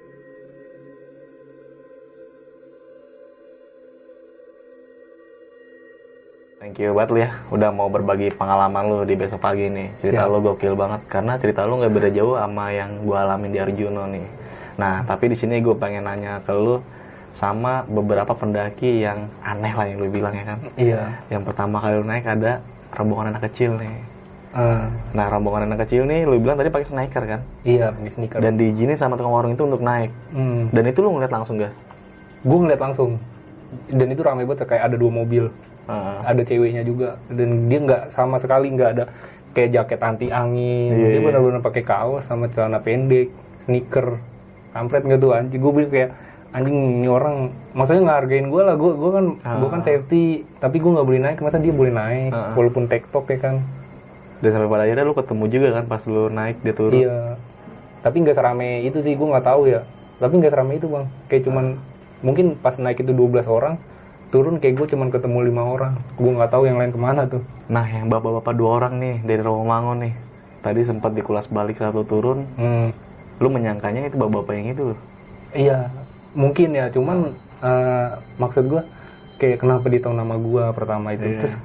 Thank you banget lu ya, udah mau berbagi pengalaman lu di besok pagi nih. Cerita lu gokil banget, karena cerita lu nggak beda jauh sama yang gue alamin di Arjuno nih. Nah, tapi di sini gue pengen nanya ke lu sama beberapa pendaki yang aneh lah yang lu bilang ya kan. Iya. Yang pertama kali lu naik ada rombongan anak kecil nih. Nah, rombongan anak kecil nih lu bilang tadi pakai sneaker kan? Iya, pakai sneaker. Dan diizinin sama tukang warung itu untuk naik. Dan itu lu ngeliat langsung, guys? Gue ngeliat langsung. Dan itu ramai banget, kayak ada 2 mobil. Ada ceweknya juga, dan dia nggak sama sekali nggak ada kayak jaket anti angin. Dia benar-benar pakai kaos sama celana pendek, sneaker. Kampret nggak tuh anjing? Gue bilang kayak anjing, ini orang maksudnya nggak hargain gue lah. Gue kan safety, tapi gue nggak boleh naik, masa dia boleh naik walaupun tektok ya kan. Dan sampai pada akhirnya lu ketemu juga kan pas lu naik dia turun. Iya, tapi nggak serame itu sih, gue nggak tahu ya. tapi nggak seramai itu bang. Kayak cuman mungkin pas naik itu 12 orang, turun kayak gue cuman ketemu 5 orang. Gue nggak tahu yang lain kemana tuh. Nah, yang bapak-bapak 2 orang nih dari Rawamangun nih, tadi sempat dikulas balik satu turun. Lu menyangkanya itu bapak-bapak yang itu? Iya, mungkin ya. Cuman maksud gue kayak kenapa dia tahu nama gue pertama itu. Terus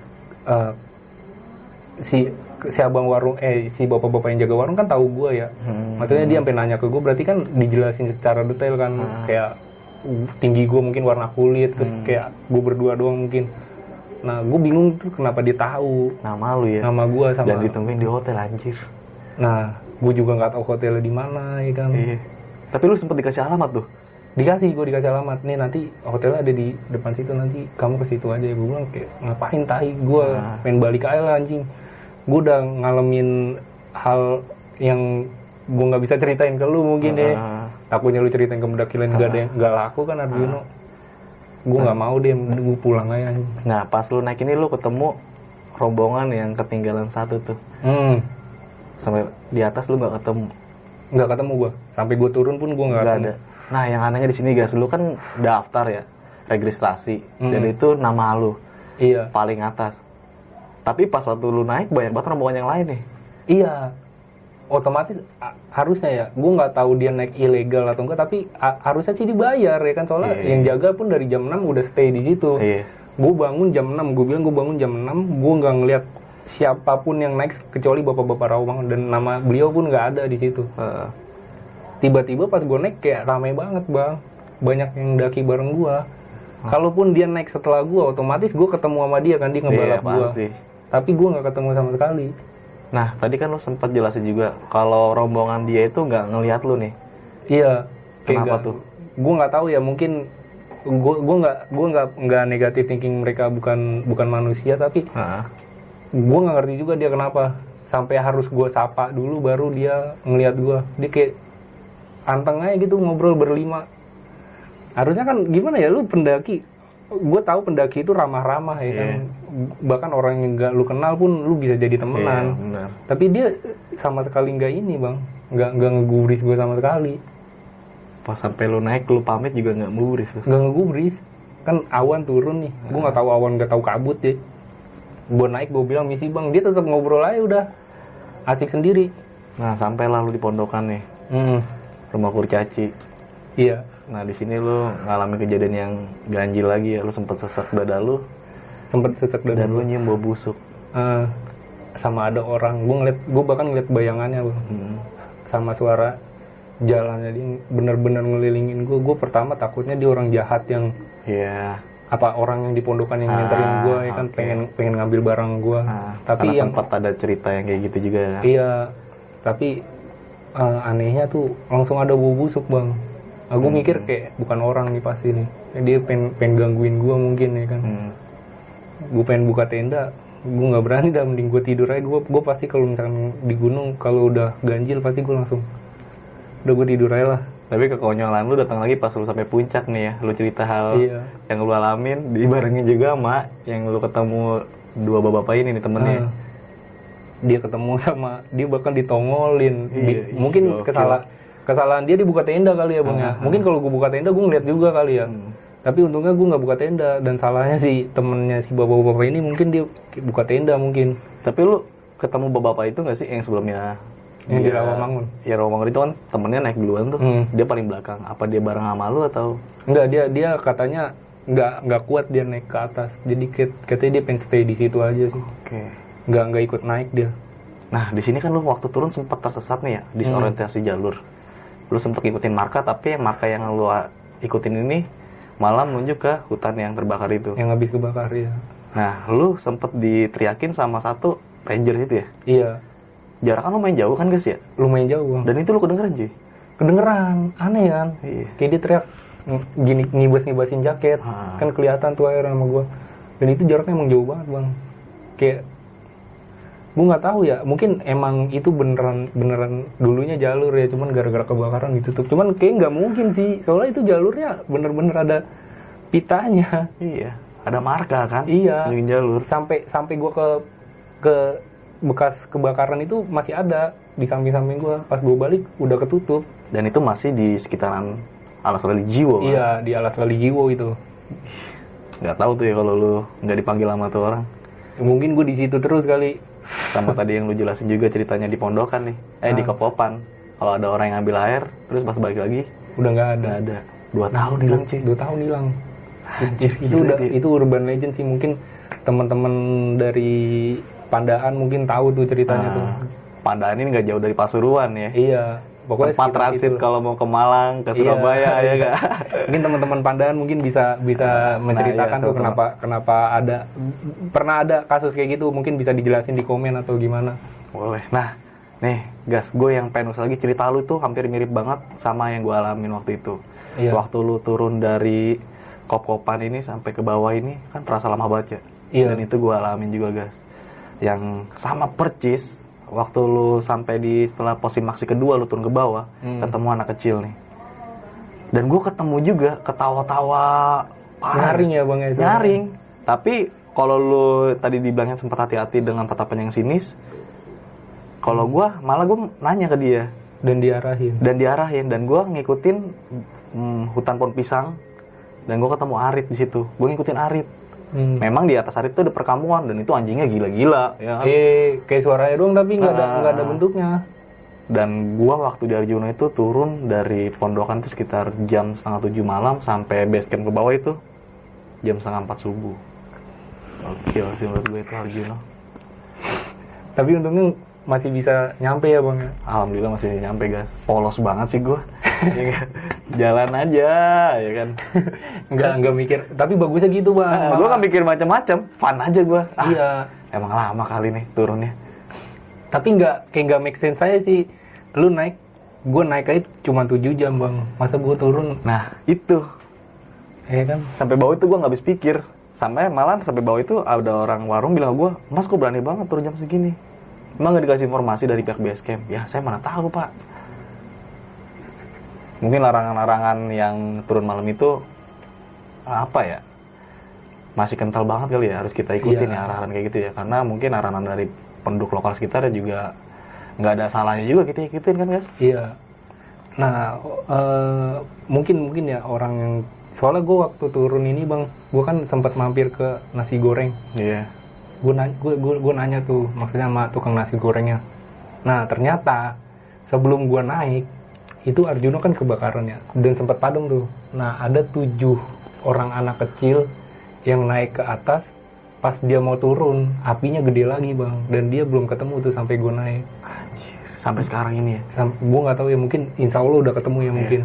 si abang warung, si bapak-bapak yang jaga warung kan tahu gue ya. Maksudnya dia sampai nanya ke gue, berarti kan dijelasin secara detail kan. Kayak tinggi gue mungkin, warna kulit, terus kayak gue berdua doang mungkin. Nah, gue bingung tuh kenapa dia tahu Nama lu ya? nama gue sama. Dan ditungguin di hotel anjir. Nah, gue juga nggak tahu hotelnya di mana ya kan. Iya. Tapi lu sempet dikasih alamat tuh? Gue dikasih alamat, nih nanti hotelnya ada di depan situ, nanti kamu ke situ aja. Gue bilang kayak ngapain tai, gue pengen balik aja lah anjing. Gue udah ngalamin hal yang gue nggak bisa ceritain ke lu mungkin deh. Takutnya lu ceritain ke mendaki lain nggak laku kan Arjuno. Gue nggak mau deh, gue pulang aja. Nah, pas lu naik ini lu ketemu rombongan yang ketinggalan satu tuh. Sampai di atas lu nggak ketemu? Nggak ketemu gue. Sampai gue turun pun gue nggak ada. Nah, yang anehnya di sini guys, lu kan daftar ya, registrasi, dan itu nama lu. Iya. Paling atas. Tapi pas waktu lu naik banyak banget rombongan yang lain nih. Iya. Otomatis harusnya ya, gue nggak tahu dia naik ilegal atau enggak, tapi harusnya sih dibayar ya kan, soalnya yang jaga pun dari jam 6 udah stay di situ. Gue bangun jam 6, gue bilang gue bangun jam 6, gue nggak ngeliat siapapun yang naik kecuali bapak-bapak Rawamangun, dan nama beliau pun nggak ada di situ. Tiba-tiba pas gue naik kayak ramai banget bang, banyak yang daki bareng gue. Kalaupun dia naik setelah gue, otomatis gue ketemu sama dia kan, dia ngebalap gue. Tapi gue nggak ketemu sama sekali. Nah, tadi kan lu sempat jelasin juga kalau rombongan dia itu nggak ngelihat lu nih. Iya. Kenapa tuh? Gue nggak tahu ya, mungkin gue nggak negatif thinking mereka bukan manusia, tapi gue nggak ngerti juga dia kenapa sampai harus gue sapa dulu baru dia ngelihat gue. Dia kayak anteng aja gitu ngobrol berlima. Harusnya kan gimana ya, lu pendaki, gue tahu pendaki itu ramah-ramah ya kan, bahkan orang yang nggak lu kenal pun lu bisa jadi temenan. Tapi dia sama sekali nggak ini bang, nggak ngegubris gue sama sekali. Pas sampai lu naik lu pamit juga nggak ngegubris? Nggak ngegubris, kan awan turun nih, gue nggak tahu awan, nggak tahu kabut deh. Gue naik, gue bilang misi bang, dia tetap ngobrol aja udah asik sendiri. Nah, sampai lalu di pondokan nih, rumah kurcaci. Iya. Nah, di sini lu ngalamin kejadian yang ganjil lagi ya, lu sempet sesak dada lu. Dan lu nyium bau busuk. Sama ada orang, gue bahkan ngeliat bayangannya bang. Sama suara jalannya, dia bener-bener ngelilingin gue. Gue pertama takutnya dia orang jahat yang apa orang yang di pondokan yang nganterin gue ya kan, pengen ngambil barang gue. Tapi yang sempat ada cerita yang kayak gitu juga ya. Iya, tapi anehnya tuh langsung ada bau busuk bang. Aku mikir kayak bukan orang nih pasti nih, dia pengen gangguin gue mungkin ya kan. Gue pengen buka tenda, gue nggak berani dah, mending gue tidur aja. Gue pasti kalau misalkan di gunung kalau udah ganjil pasti gue langsung udah gue tidur aja lah. Tapi kekonyolan lu datang lagi pas lu sampai puncak nih ya, lu cerita hal yang lu alamin dibarengin juga sama yang lu ketemu dua bapak ini nih temennya. Dia ketemu sama, dia bahkan ditongolin. Mungkin kesalahan dia dibuka tenda kali ya bang ya. Mungkin kalau gue buka tenda gue ngeliat juga kali ya. Tapi untungnya gue nggak buka tenda, dan salahnya si temennya si bapak-bapak ini mungkin dia buka tenda mungkin. Tapi lu ketemu bapak-bapak itu nggak sih yang sebelumnya? Yang di Rawamangun. Ya Rawamangun itu kan temennya naik duluan tuh. Dia paling belakang. Apa dia bareng sama lu atau? Enggak, dia katanya nggak kuat dia naik ke atas. Jadi katanya dia pengen stay di situ aja sih. Nggak ikut naik dia. Nah di sini kan lu waktu turun sempat tersesat nih ya, disorientasi jalur. Lu sempat ikutin marka, tapi marka yang lu ikutin ini malah menuju ke hutan yang terbakar itu. Yang habis kebakar ya. Nah, lu sempat diteriakin sama satu ranger itu ya? Iya. Jaraknya lumayan jauh kan guys ya? Lumayan jauh bang. Dan itu lu kedengeran cuy? Kedengeran, aneh kan? Iya. Kayak dia teriak gini, ngibas-ngibasin jaket. Kan kelihatan tuh air sama gua. Dan itu jaraknya emang jauh banget bang. Kayak gue nggak tahu ya, mungkin emang itu beneran dulunya jalur ya, cuman gara-gara kebakaran ditutup. Cuman kayak nggak mungkin sih, soalnya itu jalurnya bener-bener ada pitanya. Iya, ada marka kan? Iya. Jalur. Sampai gue ke bekas kebakaran itu masih ada di samping-samping gue. Pas gue balik udah ketutup. Dan itu masih di sekitaran Alas Lali Jiwo. Iya, di Alas Lali Jiwo itu. Nggak tahu tuh ya kalau lu nggak dipanggil sama tuh orang. Mungkin gue di situ terus kali. Sama tadi yang lu jelasin juga ceritanya di pondokan nih. Di Kopopan. Kalau ada orang yang ambil air, terus pas balik lagi udah nggak ada. Nggak ada. 2 tahun hilang, cuy. 2 tahun hilang. Anjir, Itu udah itu urban legend sih, mungkin teman-teman dari Pandaan mungkin tahu tuh ceritanya tuh. Pandaan ini nggak jauh dari Pasuruan ya. Iya. Pokoknya tempat transit kalau mau ke Malang, ke Surabaya ya enggak. Mungkin teman-teman Pandaan mungkin bisa menceritakan tuh kenapa pernah ada kasus kayak gitu, mungkin bisa dijelasin di komen atau gimana. Boleh. Nah, nih, gas, gue yang pengen lagi cerita lu tuh hampir mirip banget sama yang gue alamin waktu itu. Iya. Waktu lu turun dari Kop-Kopan ini sampai ke bawah ini kan terasa lama banget ya. Iya. Dan itu gue alamin juga, gas. Yang sama percis waktu lu sampai di setelah Posimaksi kedua lu turun ke bawah, ketemu anak kecil nih. Dan gue ketemu juga ketawa-tawa parah. Nyaring ya Bang ya. Nyaring. Tapi kalau lu tadi dibilangnya sempat hati-hati dengan tatapan yang sinis, kalau gue malah gue nanya ke dia dan diarahin dan gue ngikutin hutan pohon pisang dan gue ketemu Arit di situ. Gue ngikutin Arit. Memang di atas Arit itu ada perkampungan dan itu anjingnya gila-gila ya kan? Kayak suaranya doang tapi nggak ada bentuknya. Dan gua waktu di Arjuna itu turun dari pondokan itu sekitar jam 6:30 malam sampai base camp ke bawah itu jam 3:30 subuh. Oke sih menurut gue itu Arjuna. Tapi untungnya masih bisa nyampe ya Bang ya? Alhamdulillah masih nyampe, guys. Polos banget sih gua. Jalan aja ya kan. Enggak mikir, tapi bagusnya gitu Bang. Gue gak mikir macam-macam, fun aja gue. Iya. Emang lama kali nih turunnya. Tapi nggak make sense saya sih. Lu naik, gue naik aja cuma 7 jam Bang. Masa gue turun? Nah itu. Iya kan. Sampai bawah itu gue nggak habis pikir. Sampai bawah itu ada orang warung bilang gue, Mas kok berani banget turun jam segini? Emang nggak dikasih informasi dari pihak base camp? Ya saya mana tahu Pak. Mungkin larangan-larangan yang turun malam itu apa ya, masih kental banget kali ya, harus kita ikutin ya arahan kayak gitu ya, karena mungkin arahan dari penduduk lokal sekitar juga nggak ada salahnya juga kita ikutin kan guys. Iya. Nah mungkin ya orang yang, soalnya gue waktu turun ini Bang, gue kan sempat mampir ke nasi goreng. Iya. Gue nanya tuh maksudnya sama tukang nasi gorengnya. Nah ternyata sebelum gue naik itu Arjuna kan kebakaran ya, dan sempat padam tuh. Nah ada 7 orang anak kecil yang naik ke atas, pas dia mau turun apinya gede lagi Bang, dan dia belum ketemu tuh sampai gue naik. Anjir, sampai sekarang ini ya? Gue nggak tahu ya, mungkin insya Allah udah ketemu ya mungkin.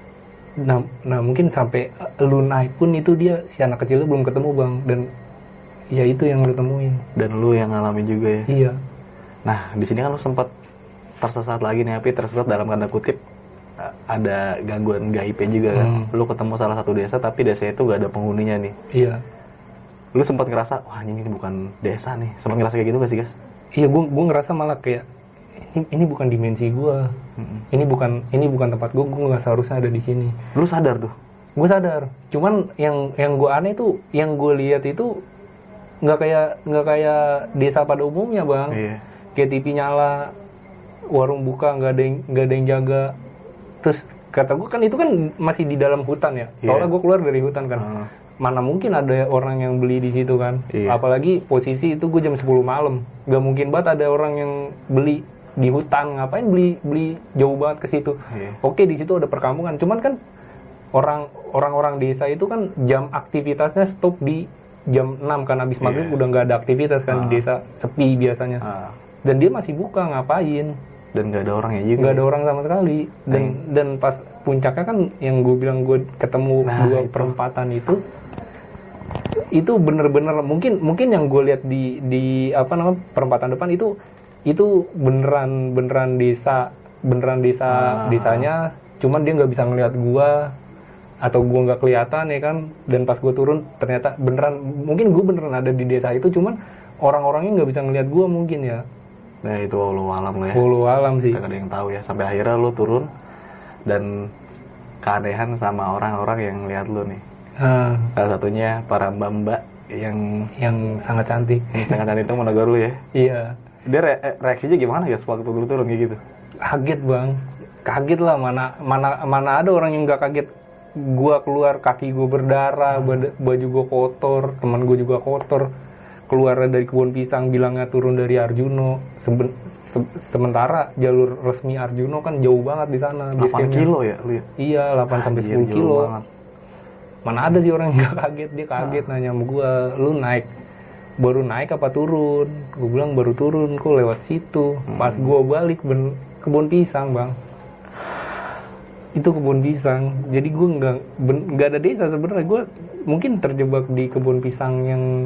Nah mungkin sampai lu naik pun itu dia, si anak kecilnya belum ketemu Bang, dan ya itu yang lu temuin. Dan lu yang ngalamin juga ya? Iya. Nah di sini kan lu sempat tersesat lagi nih, tersesat dalam tanda kutip, ada gangguan gaib juga kan. Lu ketemu salah satu desa tapi desa itu gak ada penghuninya nih. Iya. Lu sempat ngerasa wah ini bukan desa nih, sempat ngerasa kayak gitu gak sih guys? Iya, gue ngerasa malah kayak ini bukan dimensi gue. Ini bukan tempat gue nggak seharusnya ada di sini. Lu sadar tuh? Gue sadar. Cuman yang gue aneh tuh, yang gue lihat itu nggak kayak desa pada umumnya Bang. Iya. Kayak TV nyala, warung buka, nggak ada yang jaga. Terus kata gue kan itu kan masih di dalam hutan ya. Soalnya gue keluar dari hutan kan. Mana mungkin ada orang yang beli di situ kan. Apalagi posisi itu gue jam 10 malam. Gak mungkin banget ada orang yang beli di hutan. Ngapain beli jauh banget ke situ. Oke, di situ ada perkampungan. Cuman kan orang-orang desa itu kan jam aktivitasnya stop di jam 6 kan, habis maghrib udah nggak ada aktivitas kan di desa, sepi biasanya. Dan dia masih buka, ngapain? Dan nggak ada orangnya juga. Nggak ada orang sama sekali. Dan pas puncaknya kan yang gue bilang gue ketemu 2 perempatan itu bener-bener mungkin yang gue lihat di apa namanya perempatan depan itu beneran desanya. Cuman dia nggak bisa ngelihat gue, atau gue nggak kelihatan ya kan. Dan pas gue turun ternyata mungkin gue beneran ada di desa itu, cuman orang-orangnya nggak bisa ngelihat gue mungkin ya. Nah itu wallahu alam lah ya. Wallahu alam sih. Gak ada yang tahu ya. Sampai akhirnya lu turun dan keanehan sama orang-orang yang lihat lu nih. Salah satunya para mbak-mbak yang sangat cantik. Yang sangat cantik itu menegur lu ya. Iya. Dia reaksinya gimana ya waktu lu turun kayak gitu? Kaget Bang. kaget lah, mana ada orang yang nggak kaget. Gua keluar, kaki gue berdarah, baju gue kotor, teman gue juga kotor, keluar dari kebun pisang, bilangnya turun dari Arjuno. Sementara jalur resmi Arjuno kan jauh banget di sana. 8 kilo ya lu ya? Iya, 8 sampai 10 kilo. Banget. Mana ada sih orang yang nggak kaget. Dia kaget nanya sama gue, lu baru naik apa turun? Gue bilang baru turun, kok lewat situ. Pas gue balik kebun pisang, Bang. Itu kebun pisang. Jadi gue nggak ada desa sebenarnya. Gue mungkin terjebak di kebun pisang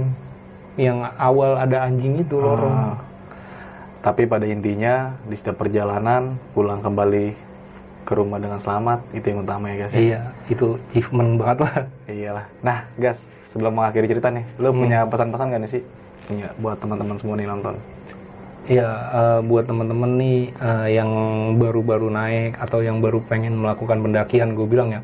yang awal ada anjing itu lorong. Tapi pada intinya di setiap perjalanan pulang kembali ke rumah dengan selamat, itu yang utama ya guys ya. Iya, itu achievement banget lah. Iyalah. Nah guys, sebelum mengakhiri cerita nih, lo punya pesan-pesan gak nih sih? Punya buat teman-teman semua nih nonton. Iya, buat teman-teman nih yang baru-baru naik atau yang baru pengen melakukan pendakian, gue bilang ya,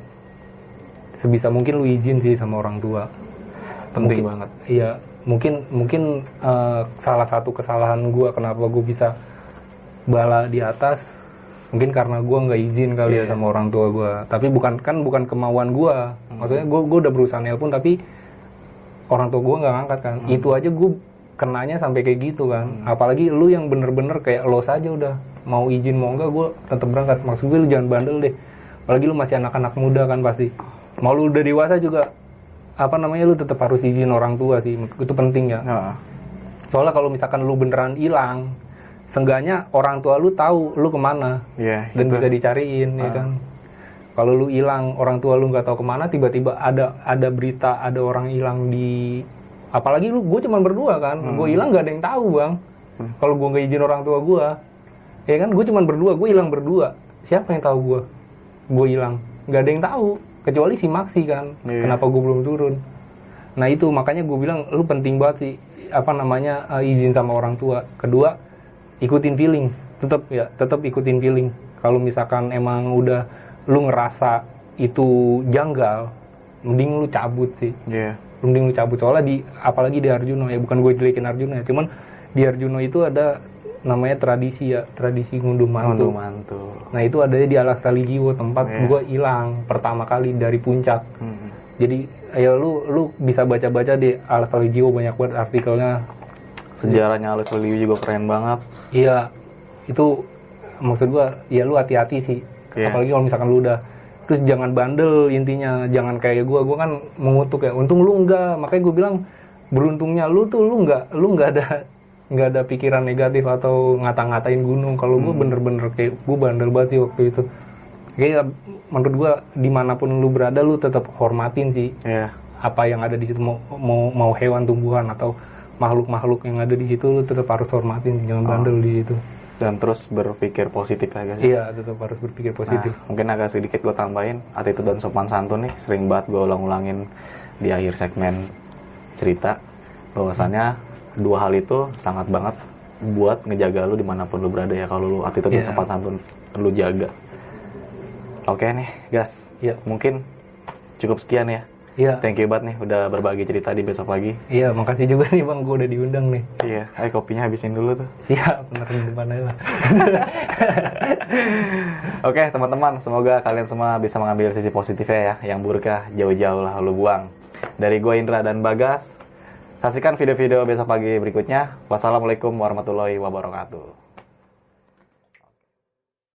sebisa mungkin lu izin sih sama orang tua. Penting banget. Iya, mungkin salah satu kesalahan gue kenapa gue bisa bala di atas, mungkin karena gue nggak izin kali ya sama orang tua gue. Tapi bukan kemauan gue. Maksudnya gue udah berusaha nelpon tapi orang tua gue nggak ngangkat kan. Itu aja gue kenanya sampai kayak gitu kan. Apalagi lu yang bener-bener kayak los aja udah mau izin mau enggak gue tetap berangkat. Maksud gue lu jangan bandel deh, apalagi lu masih anak-anak muda kan, pasti mau lu udah dewasa juga lu tetap harus izin orang tua sih, itu penting ya. Soalnya kalau misalkan lu beneran hilang, seenggaknya orang tua lu tahu lu kemana dan bisa dicariin ya kan. Kalau lu hilang orang tua lu nggak tahu kemana, tiba-tiba ada berita ada orang hilang di, apalagi gue cuma berdua kan, gue hilang nggak ada yang tahu bang. Kalau gue nggak izin orang tua gue, ya kan, gue cuma berdua, gue hilang berdua, siapa yang tahu gue hilang? Nggak ada yang tahu, kecuali si Maxi kan. Kenapa gue belum turun? Nah itu makanya gue bilang lu penting banget sih izin sama orang tua. Kedua, ikutin feeling, tetap ikutin feeling. Kalau misalkan emang udah lu ngerasa itu janggal, mending lu cabut sih. Mending lu cabut, soalnya apalagi di Arjuno ya, bukan gue jelekin Arjuno ya, cuman di Arjuno itu ada namanya tradisi ngunduh mantu. Nah itu adanya di Alas Talijiwo, tempat gue hilang pertama kali dari puncak. Jadi ya lu bisa baca-baca di Alas Talijiwo, banyak banget artikelnya. Sejarahnya Alas Talijiwo juga keren banget. Iya, itu maksud gue ya lu hati-hati sih. Apalagi kalau misalkan lu udah, terus jangan bandel intinya, jangan kayak gue kan mengutuk ya, untung lu enggak. Makanya gue bilang beruntungnya lu nggak ada pikiran negatif atau ngata-ngatain gunung. Kalau gue bener-bener kayak gue bandel banget sih waktu itu. Kayak menurut gue dimanapun lu berada lu tetap hormatin sih apa yang ada di situ, mau hewan, tumbuhan atau makhluk-makhluk yang ada di situ, lu tetap harus hormatin, jangan bandel di situ. Dan terus berpikir positif ya guys. Iya, tetap harus berpikir positif. Mungkin agak sedikit gue tambahin, attitude dan sopan santun nih sering banget gue ulang-ulangin di akhir segmen cerita, bahwasannya dua hal itu sangat banget buat ngejaga lu dimanapun lu berada ya. Kalau lu attitude dan sopan santun lu jaga. Oke nih guys, mungkin cukup sekian ya. Thank you banget nih udah berbagi cerita di Besok Pagi. Iya, makasih juga nih bang, gue udah diundang nih. Iya, ayo kopinya habisin dulu tuh. Siap, bener di depan aja lah. Oke teman-teman, semoga kalian semua bisa mengambil sisi positifnya ya. Yang buruknya jauh-jauh lah lu buang. Dari gue Indra dan Bagas, saksikan video-video Besok Pagi berikutnya. Wassalamualaikum warahmatullahi wabarakatuh.